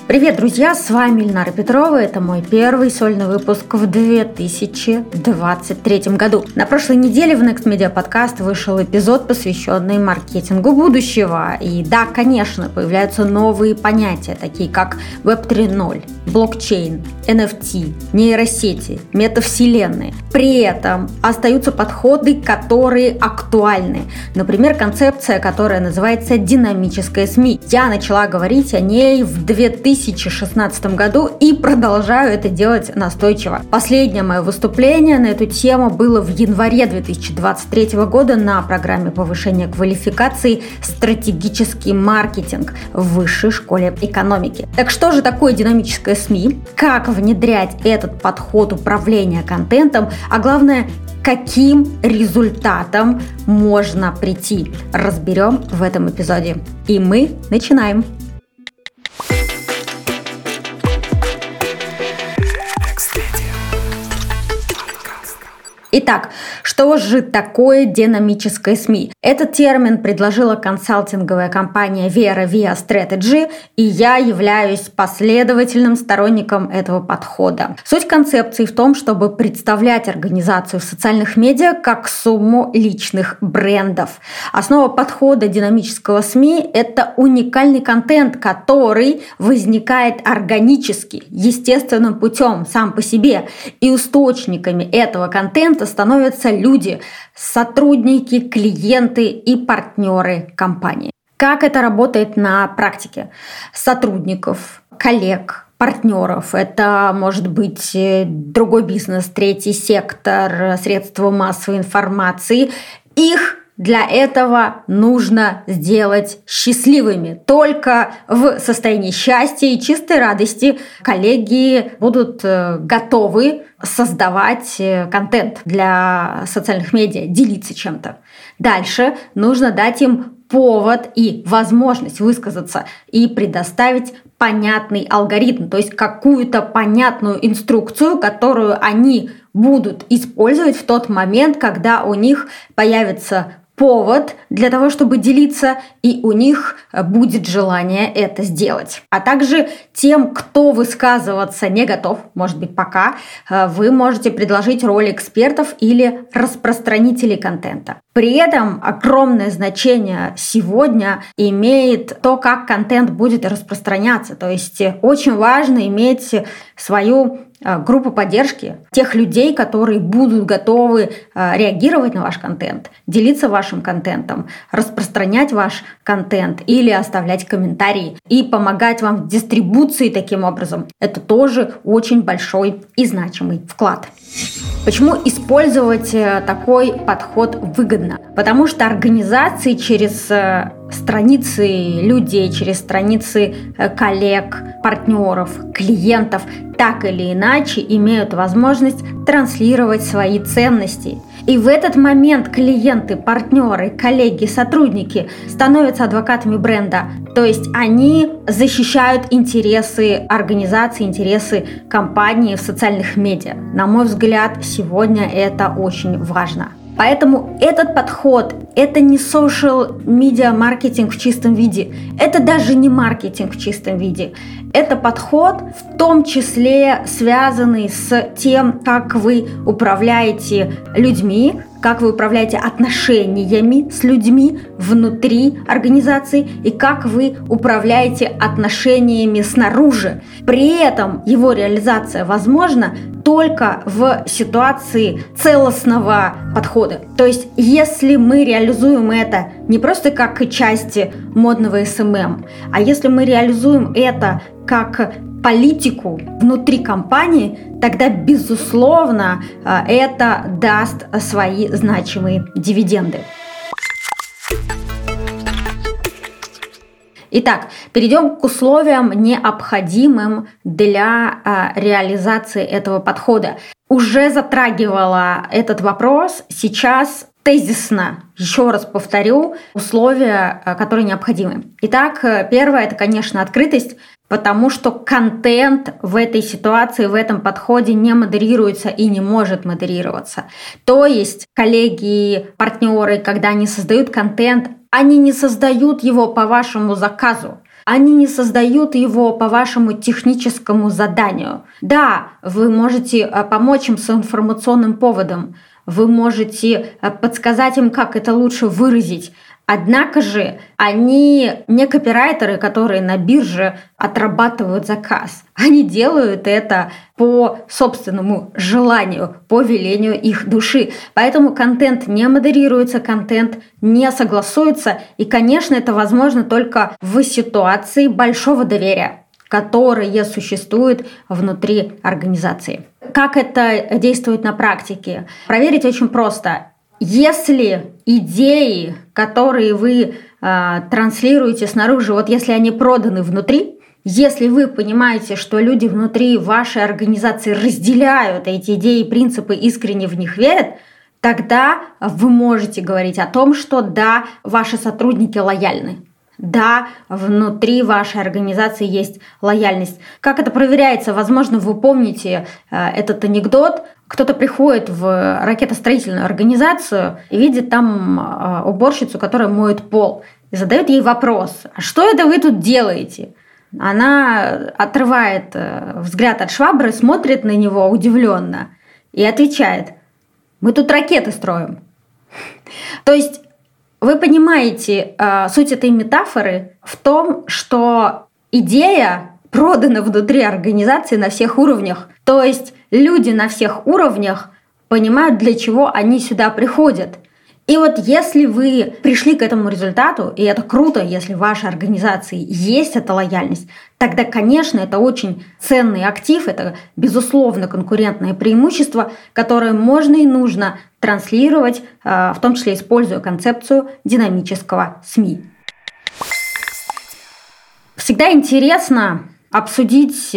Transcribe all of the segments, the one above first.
Привет, друзья! С вами Ильнара Петрова. Это мой первый сольный выпуск в 2023 году. На прошлой неделе в Next Media Podcast вышел эпизод, посвященный маркетингу будущего. И да, конечно, появляются новые понятия, такие как Web 3.0, блокчейн, NFT, нейросети, метавселенные. При этом остаются подходы, которые актуальны. Например, концепция, которая называется динамическая СМИ. Я начала говорить о ней в 2016 году и продолжаю это делать настойчиво. Последнее мое выступление на эту тему было в январе 2023 года на программе повышения квалификации «Стратегический маркетинг» в Высшей школе экономики. Так что же такое динамическое СМИ? Как внедрять этот подход управления контентом? А главное, каким результатам можно прийти? Разберем в этом эпизоде. И мы начинаем. Итак, что же такое динамическое СМИ? Этот термин предложила консалтинговая компания Vera Via Strategy, и я являюсь последовательным сторонником этого подхода. Суть концепции в том, чтобы представлять организацию в социальных медиа как сумму личных брендов. Основа подхода динамического СМИ – это уникальный контент, который возникает органически, естественным путем, сам по себе. И источниками этого контента становятся люди, сотрудники, клиенты и партнеры компании. Как это работает на практике? Сотрудников, коллег, партнеров. Это может быть другой бизнес, третий сектор, средства массовой информации. Их для этого нужно сделать счастливыми. Только в состоянии счастья и чистой радости коллеги будут готовы создавать контент для социальных медиа, делиться чем-то. Дальше нужно дать им повод и возможность высказаться и предоставить понятный алгоритм, то есть какую-то понятную инструкцию, которую они будут использовать в тот момент, когда у них появится повод для того, чтобы делиться, и у них будет желание это сделать. А также тем, кто высказываться не готов, может быть, пока, вы можете предложить роль экспертов или распространителей контента. При этом огромное значение сегодня имеет то, как контент будет распространяться. То есть очень важно иметь свою группу поддержки, тех людей, которые будут готовы реагировать на ваш контент, делиться вашим контентом, распространять ваш контент или оставлять комментарии и помогать вам в дистрибуции таким образом. Это тоже очень большой и значимый вклад. Почему использовать такой подход выгодно? Потому что организации через страницы людей, через страницы коллег, партнеров, клиентов так или иначе имеют возможность транслировать свои ценности. И в этот момент клиенты, партнеры, коллеги, сотрудники становятся адвокатами бренда. То есть они защищают интересы организации, интересы компании в социальных медиа. На мой взгляд, сегодня это очень важно. Поэтому этот подход – это не social media маркетинг в чистом виде, это даже не маркетинг в чистом виде. Это подход, в том числе связанный с тем, как вы управляете людьми, как вы управляете отношениями с людьми внутри организации и как вы управляете отношениями снаружи. При этом его реализация возможна только в ситуации целостного подхода. То есть, если мы реализуем это не просто как часть модного СММ, а если мы реализуем это как политику внутри компании, тогда, безусловно, это даст свои значимые дивиденды. Итак, перейдем к условиям, необходимым для реализации этого подхода. Уже затрагивала этот вопрос, сейчас тезисно, еще раз повторю, условия, которые необходимы. Итак, первое – это, конечно, открытость, потому что контент в этой ситуации, в этом подходе не модерируется и не может модерироваться. То есть коллеги, партнеры, когда они создают контент, они не создают его по вашему заказу. Они не создают его по вашему техническому заданию. Да, вы можете помочь им с информационным поводом, вы можете подсказать им, как это лучше выразить. Однако же они не копирайтеры, которые на бирже отрабатывают заказ. Они делают это по собственному желанию, по велению их души. Поэтому контент не модерируется, контент не согласуется. И, конечно, это возможно только в ситуации большого доверия, которое существует внутри организации. Как это действует на практике? Проверить очень просто. Если идеи, которые вы транслируете снаружи, вот если они проданы внутри, если вы понимаете, что люди внутри вашей организации разделяют эти идеи и принципы, искренне в них верят, тогда вы можете говорить о том, что да, ваши сотрудники лояльны. Да, внутри вашей организации есть лояльность. Как это проверяется? Возможно, вы помните этот анекдот. Кто-то приходит в ракетостроительную организацию и видит там уборщицу, которая моет пол, и задает ей вопрос: «А что это вы тут делаете?» Она отрывает взгляд от швабры, смотрит на него удивленно и отвечает: «Мы тут ракеты строим». То есть вы понимаете суть этой метафоры в том, что идея продана внутри организации на всех уровнях. То есть люди на всех уровнях понимают, для чего они сюда приходят. И вот если вы пришли к этому результату, и это круто, если в вашей организации есть эта лояльность, тогда, конечно, это очень ценный актив, это, безусловно, конкурентное преимущество, которое можно и нужно транслировать, в том числе используя концепцию динамического СМИ. Всегда интересно обсудить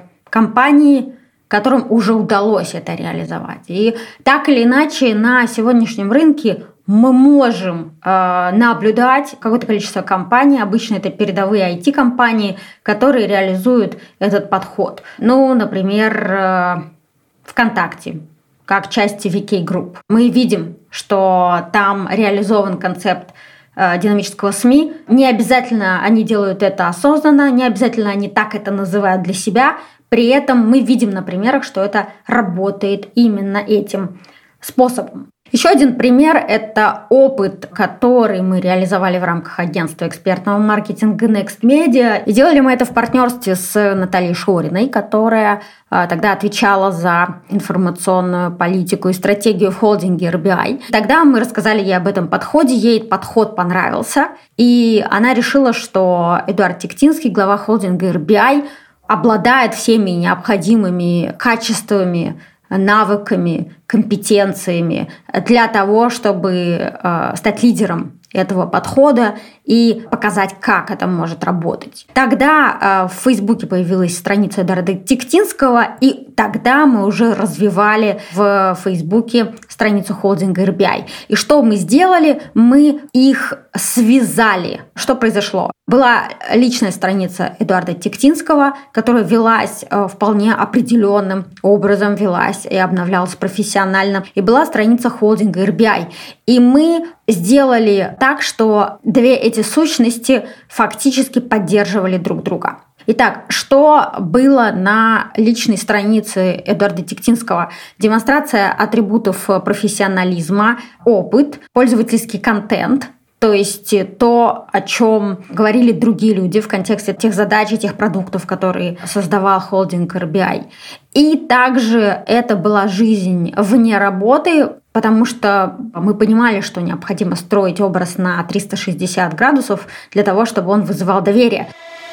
компании, которым уже удалось это реализовать. И так или иначе на сегодняшнем рынке мы можем наблюдать какое-то количество компаний, обычно это передовые IT-компании, которые реализуют этот подход. Ну, например, ВКонтакте, как часть VK Group. Мы видим, что там реализован концепт динамического СМИ. Не обязательно они делают это осознанно, не обязательно они так это называют для себя. При этом мы видим на примерах, что это работает именно этим способом. Еще один пример – это опыт, который мы реализовали в рамках агентства экспертного маркетинга Next Media. И делали мы это в партнерстве с Натальей Шориной, которая тогда отвечала за информационную политику и стратегию в холдинге RBI. Тогда мы рассказали ей об этом подходе, ей этот подход понравился, и она решила, что Эдуард Тиктинский, глава холдинга RBI, обладает всеми необходимыми качествами, навыками, компетенциями для того, чтобы стать лидером этого подхода и показать, как это может работать. Тогда в Фейсбуке появилась страница Эдуарда Тиктинского, и тогда мы уже развивали в Фейсбуке страницу холдинга RBI. И что мы сделали? Мы их связали. Что произошло? Была личная страница Эдуарда Тиктинского, которая велась вполне определенным образом, велась и обновлялась профессионально. И была страница холдинга RBI. И мы сделали так, что две эти сущности фактически поддерживали друг друга. Итак, что было на личной странице Эдуарда Тиктинского? Демонстрация атрибутов профессионализма, опыт, пользовательский контент, то есть то, о чем говорили другие люди в контексте тех задач и тех продуктов, которые создавал холдинг RBI. И также это была жизнь вне работы, потому что мы понимали, что необходимо строить образ на 360 градусов для того, чтобы он вызывал доверие.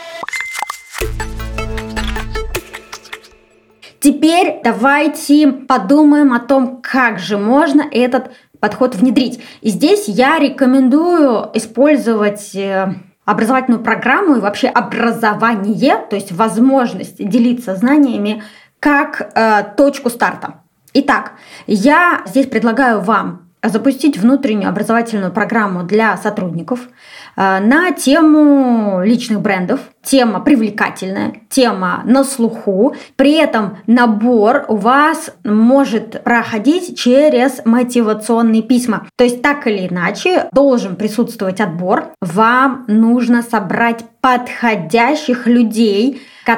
Теперь давайте подумаем о том, как же можно этот подход внедрить. И здесь я рекомендую использовать образовательную программу и вообще образование, то есть возможность делиться знаниями, как точку старта. Итак, я здесь предлагаю вам запустить внутреннюю образовательную программу для сотрудников, на тему личных брендов. Тема привлекательная, тема на слуху. При этом набор у вас может проходить через мотивационные письма. То есть так или иначе должен присутствовать отбор. Вам нужно собрать подходящих людей,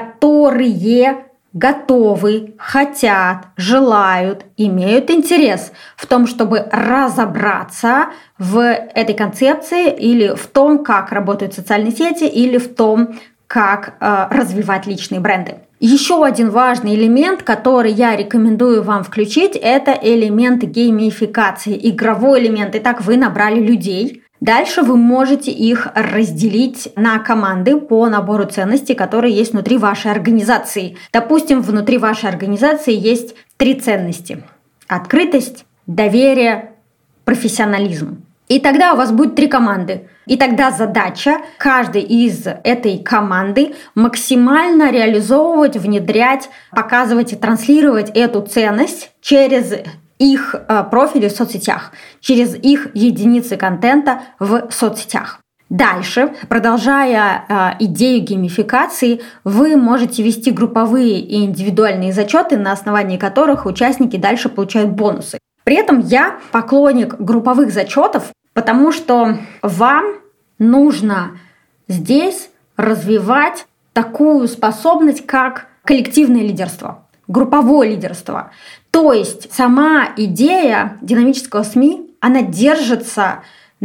которые готовы, хотят, желают, имеют интерес в том, чтобы разобраться в этой концепции или в том, как работают социальные сети, или в том, как развивать личные бренды. Еще один важный элемент, который я рекомендую вам включить, это элемент геймификации, игровой элемент. Итак, вы набрали людей. Дальше вы можете их разделить на команды по набору ценностей, которые есть внутри вашей организации. Допустим, внутри вашей организации есть 3 ценности: открытость, доверие, профессионализм. И тогда у вас будет 3 команды. И тогда задача каждой из этой команды максимально реализовывать, внедрять, показывать и транслировать эту ценность через их профили в соцсетях, через их единицы контента в соцсетях. Дальше, продолжая идею геймификации, вы можете вести групповые и индивидуальные зачеты, на основании которых участники дальше получают бонусы. При этом я поклонник групповых зачетов, потому что вам нужно здесь развивать такую способность, как коллективное лидерство, групповое лидерство. То есть сама идея динамического СМИ, она держится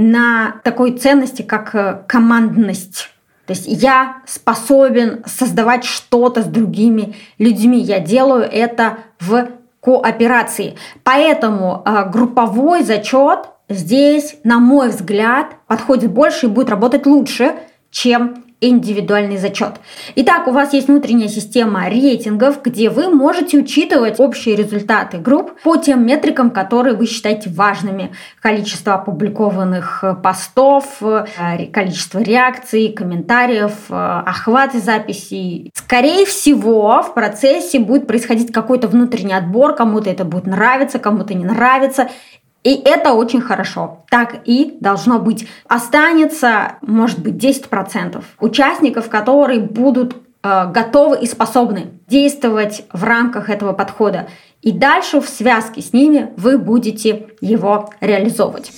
на такой ценности, как командность. То есть я способен создавать что-то с другими людьми. Я делаю это в кооперации. Поэтому групповой зачет здесь, на мой взгляд, подходит больше и будет работать лучше, чем индивидуальный зачет. Итак, у вас есть внутренняя система рейтингов, где вы можете учитывать общие результаты групп по тем метрикам, которые вы считаете важными. Количество опубликованных постов, количество реакций, комментариев, охваты записей. Скорее всего, в процессе будет происходить какой-то внутренний отбор, кому-то это будет нравиться, кому-то не нравится. И это очень хорошо. Так и должно быть. Останется, может быть, 10% участников, которые будут готовы и способны действовать в рамках этого подхода. И дальше в связке с ними вы будете его реализовывать.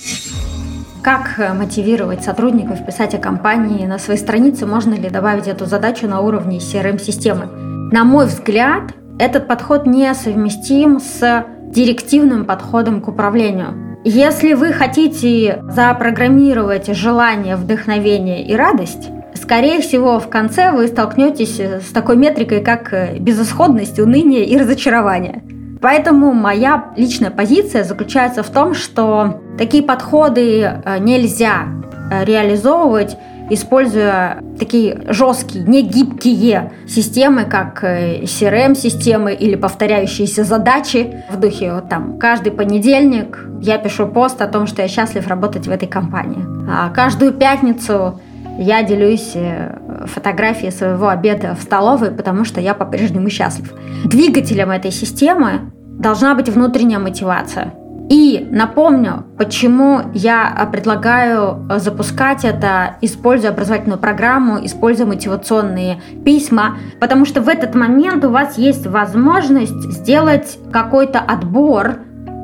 Как мотивировать сотрудников писать о компании на своей странице? Можно ли добавить эту задачу на уровне CRM-системы? На мой взгляд, этот подход несовместим с директивным подходом к управлению. Если вы хотите запрограммировать желание, вдохновение и радость, скорее всего, в конце вы столкнетесь с такой метрикой, как безысходность, уныние и разочарование. Поэтому моя личная позиция заключается в том, что такие подходы нельзя реализовывать, используя такие жесткие, негибкие системы, как CRM-системы или повторяющиеся задачи в духе каждый понедельник я пишу пост о том, что я счастлив работать в этой компании. А каждую пятницу я делюсь фотографией своего обеда в столовой, потому что я по-прежнему счастлив. Двигателем этой системы должна быть внутренняя мотивация. И напомню, почему я предлагаю запускать это, используя образовательную программу, используя мотивационные письма, потому что в этот момент у вас есть возможность сделать какой-то отбор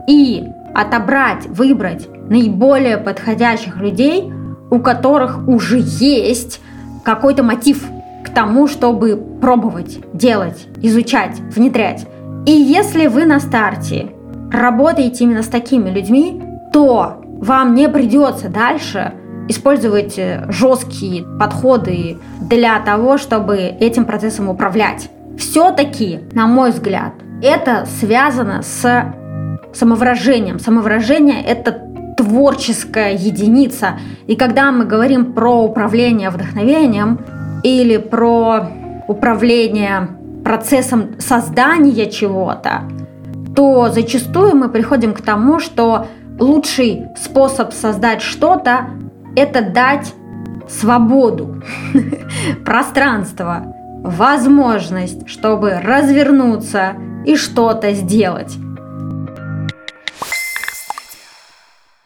и отобрать, выбрать наиболее подходящих людей, у которых уже есть какой-то мотив к тому, чтобы пробовать, делать, изучать, внедрять. И если вы на старте работаете именно с такими людьми, то вам не придется дальше использовать жесткие подходы для того, чтобы этим процессом управлять. Все-таки, на мой взгляд, это связано с самовыражением. Самовыражение – это творческая единица. И когда мы говорим про управление вдохновением или про управление процессом создания чего-то, то зачастую мы приходим к тому, что лучший способ создать что-то – это дать свободу, пространство, возможность, чтобы развернуться и что-то сделать.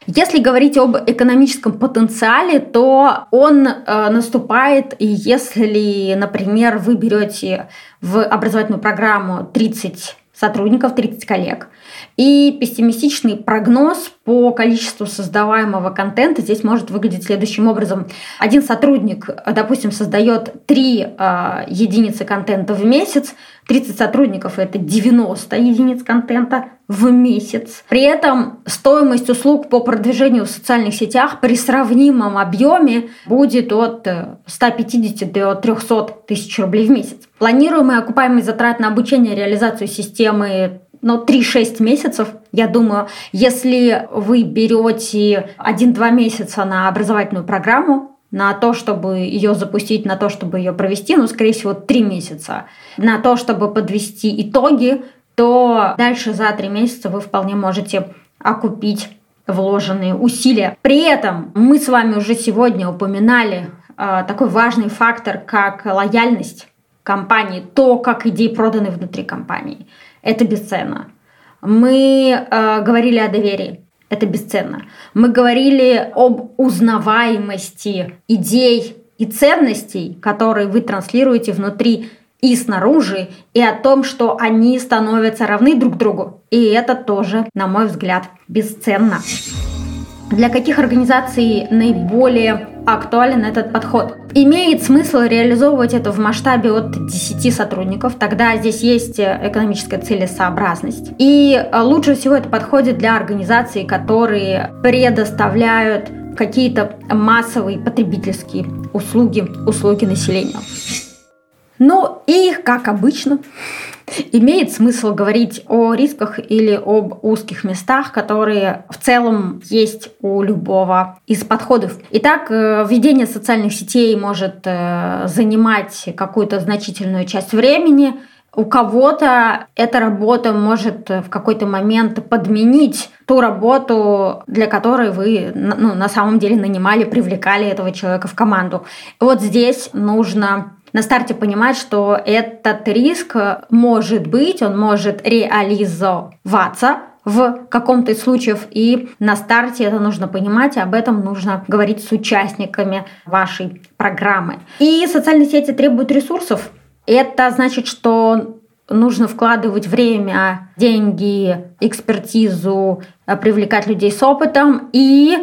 Если говорить об экономическом потенциале, то он наступает, если, например, вы берете в образовательную программу 30 сотрудников, 30 коллег, и пессимистичный прогноз по количеству создаваемого контента здесь может выглядеть следующим образом. Один сотрудник, допустим, создает 3 единицы контента в месяц, 30 сотрудников – это 90 единиц контента в месяц. При этом стоимость услуг по продвижению в социальных сетях при сравнимом объеме будет от 150 до 300 тысяч рублей в месяц. Планируемые окупаемые затраты на обучение и реализацию системы 3-6 месяцев, я думаю, если вы берете 1-2 месяца на образовательную программу, на то, чтобы ее запустить, на то, чтобы ее провести, скорее всего, 3 месяца, на то, чтобы подвести итоги, то дальше за 3 месяца вы вполне можете окупить вложенные усилия. При этом мы с вами уже сегодня упоминали такой важный фактор, как лояльность компании, то, как идеи проданы внутри компании. Это бесценно. Мы говорили о доверии. Это бесценно. Мы говорили об узнаваемости идей и ценностей, которые вы транслируете внутри и снаружи, и о том, что они становятся равны друг другу. И это тоже, на мой взгляд, бесценно. Для каких организаций наиболее актуален этот подход? Имеет смысл реализовывать это в масштабе от 10 сотрудников, тогда здесь есть экономическая целесообразность. И лучше всего это подходит для организаций, которые предоставляют какие-то массовые потребительские услуги населению. И, как обычно, имеет смысл говорить о рисках или об узких местах, которые в целом есть у любого из подходов. Итак, ведение социальных сетей может занимать какую-то значительную часть времени. У кого-то эта работа может в какой-то момент подменить ту работу, для которой вы на самом деле нанимали, привлекали этого человека в команду. Вот здесь нужно на старте понимать, что этот риск может быть, он может реализоваться в каком-то из случаев, и на старте это нужно понимать, и об этом нужно говорить с участниками вашей программы. И социальные сети требуют ресурсов. Это значит, что нужно вкладывать время, деньги, экспертизу, привлекать людей с опытом, и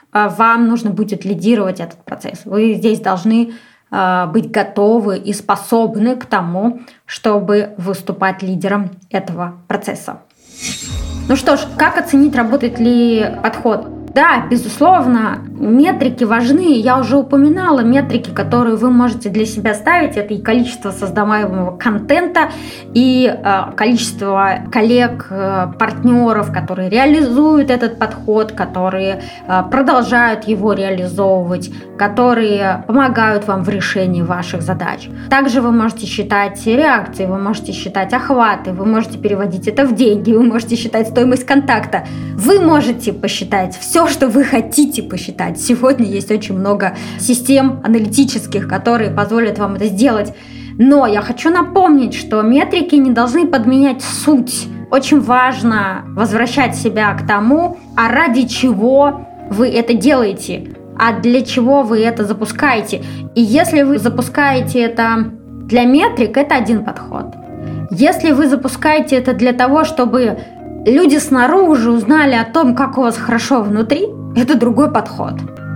вам нужно будет лидировать этот процесс. Вы здесь должны быть готовы и способны к тому, чтобы выступать лидером этого процесса. Что ж, как оценить, работает ли подход? Да, безусловно, метрики важны. Я уже упоминала метрики, которые вы можете для себя ставить. Это и количество создаваемого контента, и количество коллег, партнеров, которые реализуют этот подход, которые продолжают его реализовывать, которые помогают вам в решении ваших задач. Также вы можете считать реакции, вы можете считать охваты, вы можете переводить это в деньги, вы можете считать стоимость контакта. Вы можете посчитать все, что вы хотите посчитать. Сегодня есть очень много систем аналитических, которые позволят вам это сделать. Но я хочу напомнить, что метрики не должны подменять суть. Очень важно возвращать себя к тому, а ради чего вы это делаете, а для чего вы это запускаете. И если вы запускаете это для метрик, это один подход. Если вы запускаете это для того, чтобы люди снаружи узнали о том, как у вас хорошо внутри, это другой подход.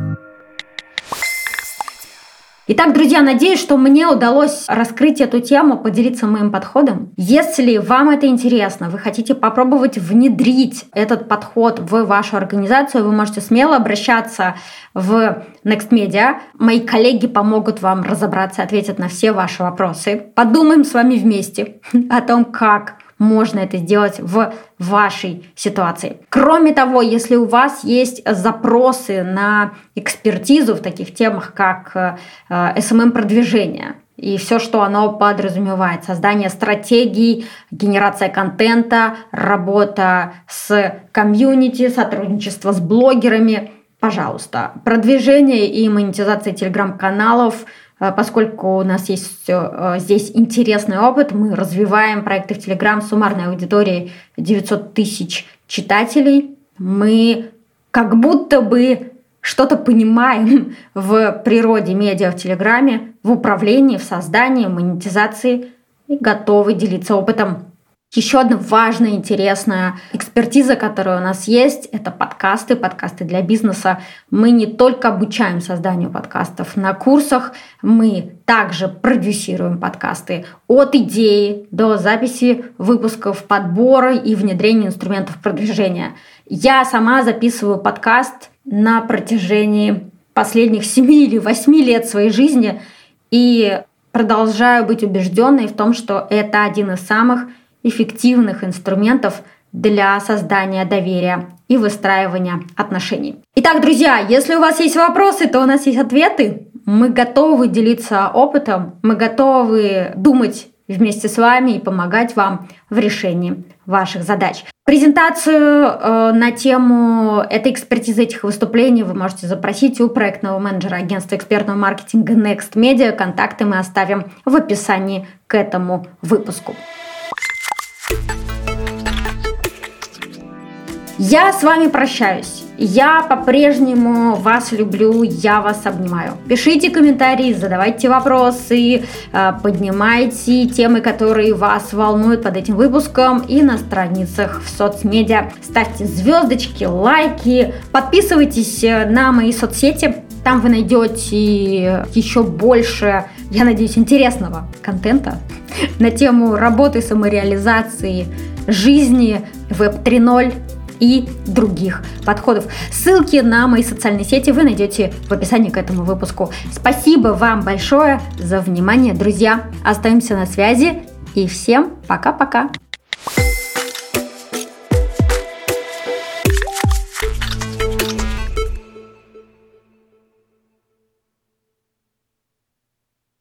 Итак, друзья, надеюсь, что мне удалось раскрыть эту тему, поделиться моим подходом. Если вам это интересно, вы хотите попробовать внедрить этот подход в вашу организацию, вы можете смело обращаться в Next Media. Мои коллеги помогут вам разобраться, ответят на все ваши вопросы. Подумаем с вами вместе о том, как можно это сделать в вашей ситуации. Кроме того, если у вас есть запросы на экспертизу в таких темах, как SMM-продвижение и все, что оно подразумевает, создание стратегий, генерация контента, работа с комьюнити, сотрудничество с блогерами, пожалуйста, продвижение и монетизация телеграм-каналов. Поскольку у нас есть здесь интересный опыт, мы развиваем проекты в Telegram с суммарной аудиторией 900 тысяч читателей. Мы как будто бы что-то понимаем в природе медиа в Телеграме, в управлении, в создании, монетизации и готовы делиться опытом. Еще одна важная, интересная экспертиза, которая у нас есть, это подкасты для бизнеса. Мы не только обучаем созданию подкастов на курсах, мы также продюсируем подкасты от идеи до записи выпусков, подбора и внедрения инструментов продвижения. Я сама записываю подкаст на протяжении последних 7 или 8 лет своей жизни и продолжаю быть убежденной в том, что это один из самых эффективных инструментов для создания доверия и выстраивания отношений. Итак, друзья, если у вас есть вопросы, то у нас есть ответы. Мы готовы делиться опытом, мы готовы думать вместе с вами и помогать вам в решении ваших задач. Презентацию на тему этой экспертизы, этих выступлений вы можете запросить у проектного менеджера агентства экспертного маркетинга Next Media. Контакты мы оставим в описании к этому выпуску. Я с вами прощаюсь. Я по-прежнему вас люблю, я вас обнимаю. Пишите комментарии, задавайте вопросы, поднимайте темы, которые вас волнуют под этим выпуском и на страницах в соцмедиа. Ставьте звездочки, лайки, подписывайтесь на мои соцсети. Там вы найдете еще больше, я надеюсь, интересного контента на тему работы, самореализации, жизни, Web 3.0 и других подходов. Ссылки на мои социальные сети вы найдете в описании к этому выпуску. Спасибо вам большое за внимание, друзья. Остаемся на связи и всем пока-пока.